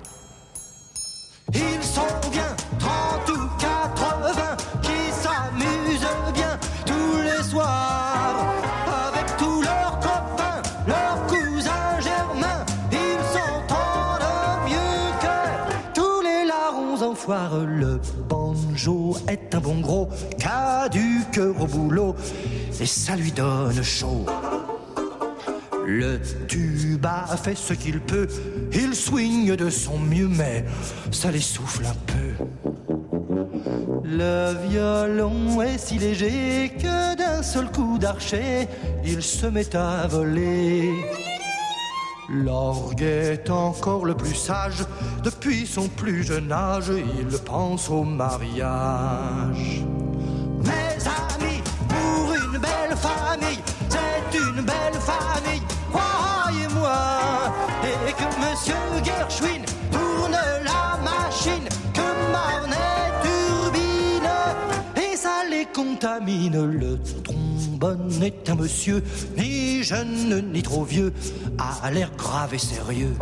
Ils sont bien trente ou quatre-vingts qui s'amusent bien tous les soirs avec tous leurs copains, leurs cousins germains. Ils s'entendent mieux que tous les larrons en foire. Le banjo est un bon gros qui a du cœur au boulot et ça lui donne chaud. Le tuba fait ce qu'il peut, il swing de son mieux, mais ça l'essouffle un peu. Le violon est si léger que d'un seul coup d'archet, il se met à voler. L'orgue est encore le plus sage. Depuis son plus jeune âge, il pense au mariage. Mes amis, pour une belle famille, c'est une belle famille, croyez-moi. Et que Monsieur Gershwin tourne la machine, que Marnet turbine, et ça les contamine. Le trombone est un monsieur, ni jeune ni trop vieux, a l'air grave et sérieux.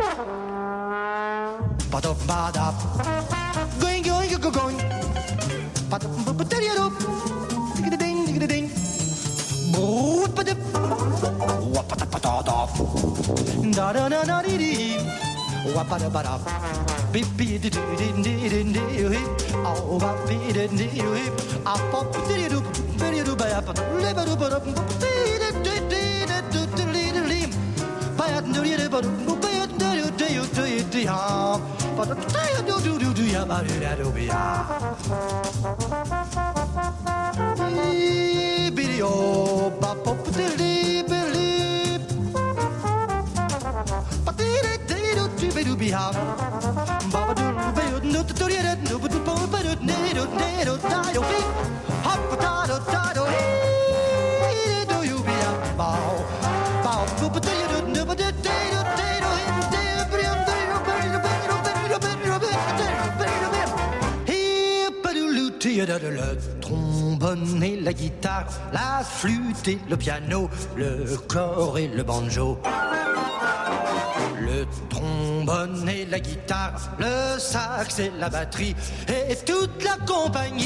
Badop badap, going going go going, badop badap, ding ding ding ding, badap, wapata patata, da da da da di, wapata badap, bibi di di di di di, oh babi di di di, ah pop di di di di, ba ba, le ba ba ba, di di di di di di di, ba ya di di ba, ba ya di di di di, ah. Do do do do ya ba da do ya. Video ba pop di believe. But di di do do do be ha. Ba do be no to do ya no but po ba do ne do ne do da yo be. Hop da do da do he do you be a ba. Ba pop di do no but di do le trombone et la guitare, la flûte et le piano, le cor et le banjo. Le trombone et la guitare, le sax et la batterie, et toute la compagnie.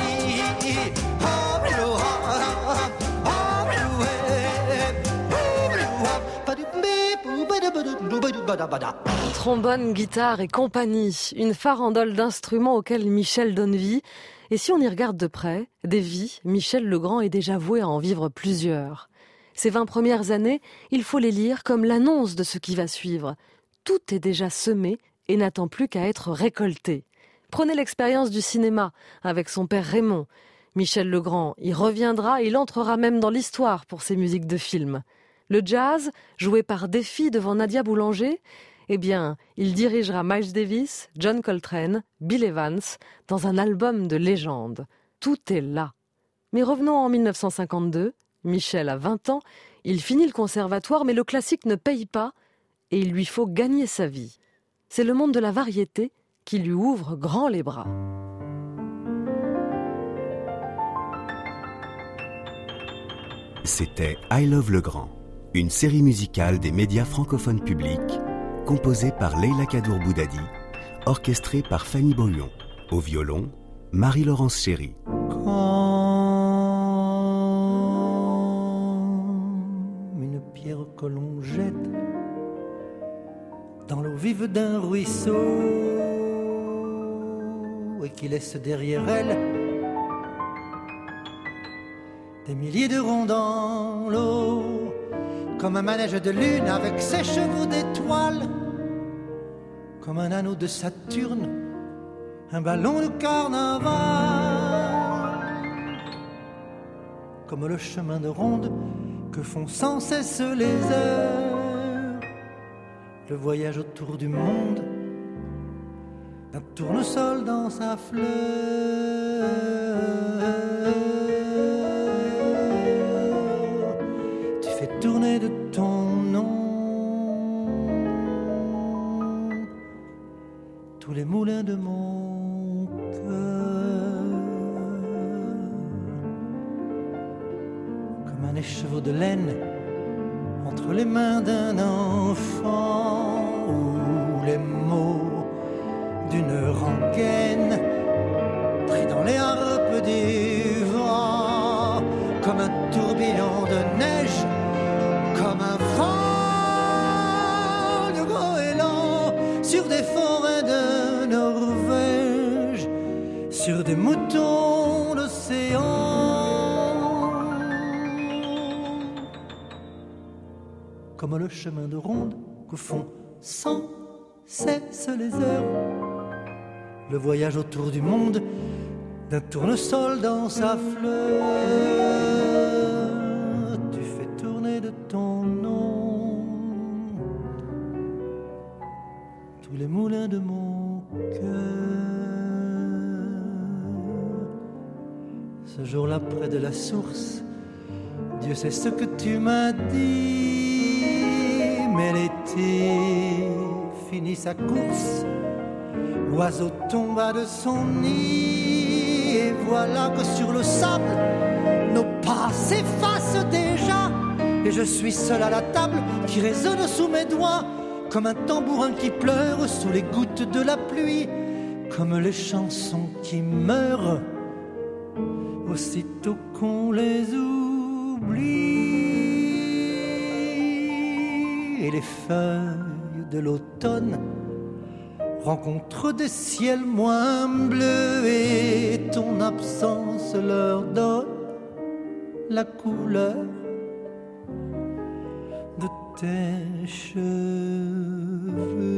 Trombone, guitare et compagnie, une farandole d'instruments auxquels Michel donne vie. Et si on y regarde de près, des vies, Michel Legrand est déjà voué à en vivre plusieurs. Ces vingt premières années, il faut les lire comme l'annonce de ce qui va suivre. Tout est déjà semé et n'attend plus qu'à être récolté. Prenez l'expérience du cinéma avec son père Raymond. Michel Legrand y reviendra, il entrera même dans l'histoire pour ses musiques de films. Le jazz, joué par Défi devant Nadia Boulanger, eh bien, il dirigera Miles Davis, John Coltrane, Bill Evans dans un album de légende. Tout est là. Mais revenons en mille neuf cent cinquante-deux. Michel a vingt ans, il finit le conservatoire, mais le classique ne paye pas et il lui faut gagner sa vie. C'est le monde de la variété qui lui ouvre grand les bras. C'était I Love Legrand, une série musicale des médias francophones publics, composée par Leïla Kadour Boudadi, orchestrée par Fanny Beaulion, au violon, Marie-Laurence Chéry. Comme une pierre que l'on jette dans l'eau vive d'un ruisseau et qui laisse derrière elle des milliers de ronds dans l'eau, comme un manège de lune avec ses chevaux d'étoiles, comme un anneau de Saturne, un ballon de carnaval, comme le chemin de ronde que font sans cesse les heures, le voyage autour du monde d'un tournesol dans sa fleur. Tu fais tourner de ton nom tous les moulins de mon cœur, comme un écheveau de laine entre les mains d'un enfant, ou les mots d'une rengaine pris dans les harpes du vent, comme un tourbillon de neige, comme un vent de goéland sur des forêts de Norvège, sur des moutons d'océan, comme le chemin de ronde que font sans cesse les heures, le voyage autour du monde d'un tournesol dans sa fleur. Tu fais tourner de ton nom jour-là près de la source, Dieu sait ce que tu m'as dit, mais l'été finit sa course, l'oiseau tomba de son nid, et voilà que sur le sable, nos pas s'effacent déjà, et je suis seul à la table qui résonne sous mes doigts, comme un tambourin qui pleure sous les gouttes de la pluie, comme les chansons qui meurent aussitôt qu'on les oublie. Et les feuilles de l'automne rencontrent des ciels moins bleus, et ton absence leur donne la couleur de tes cheveux.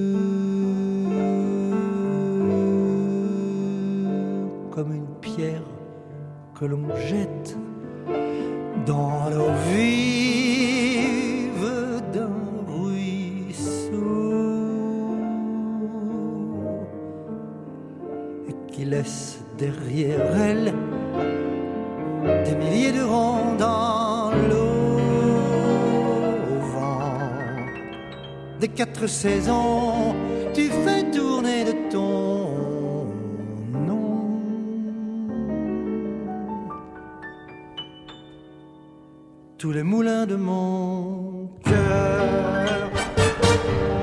Comme une pierre que l'on jette dans l'eau vive d'un ruisseau, et qui laisse derrière elle des milliers de ronds dans l'eau, au vent des quatre saisons, tu fais tourner de ton tous les moulins de mon cœur.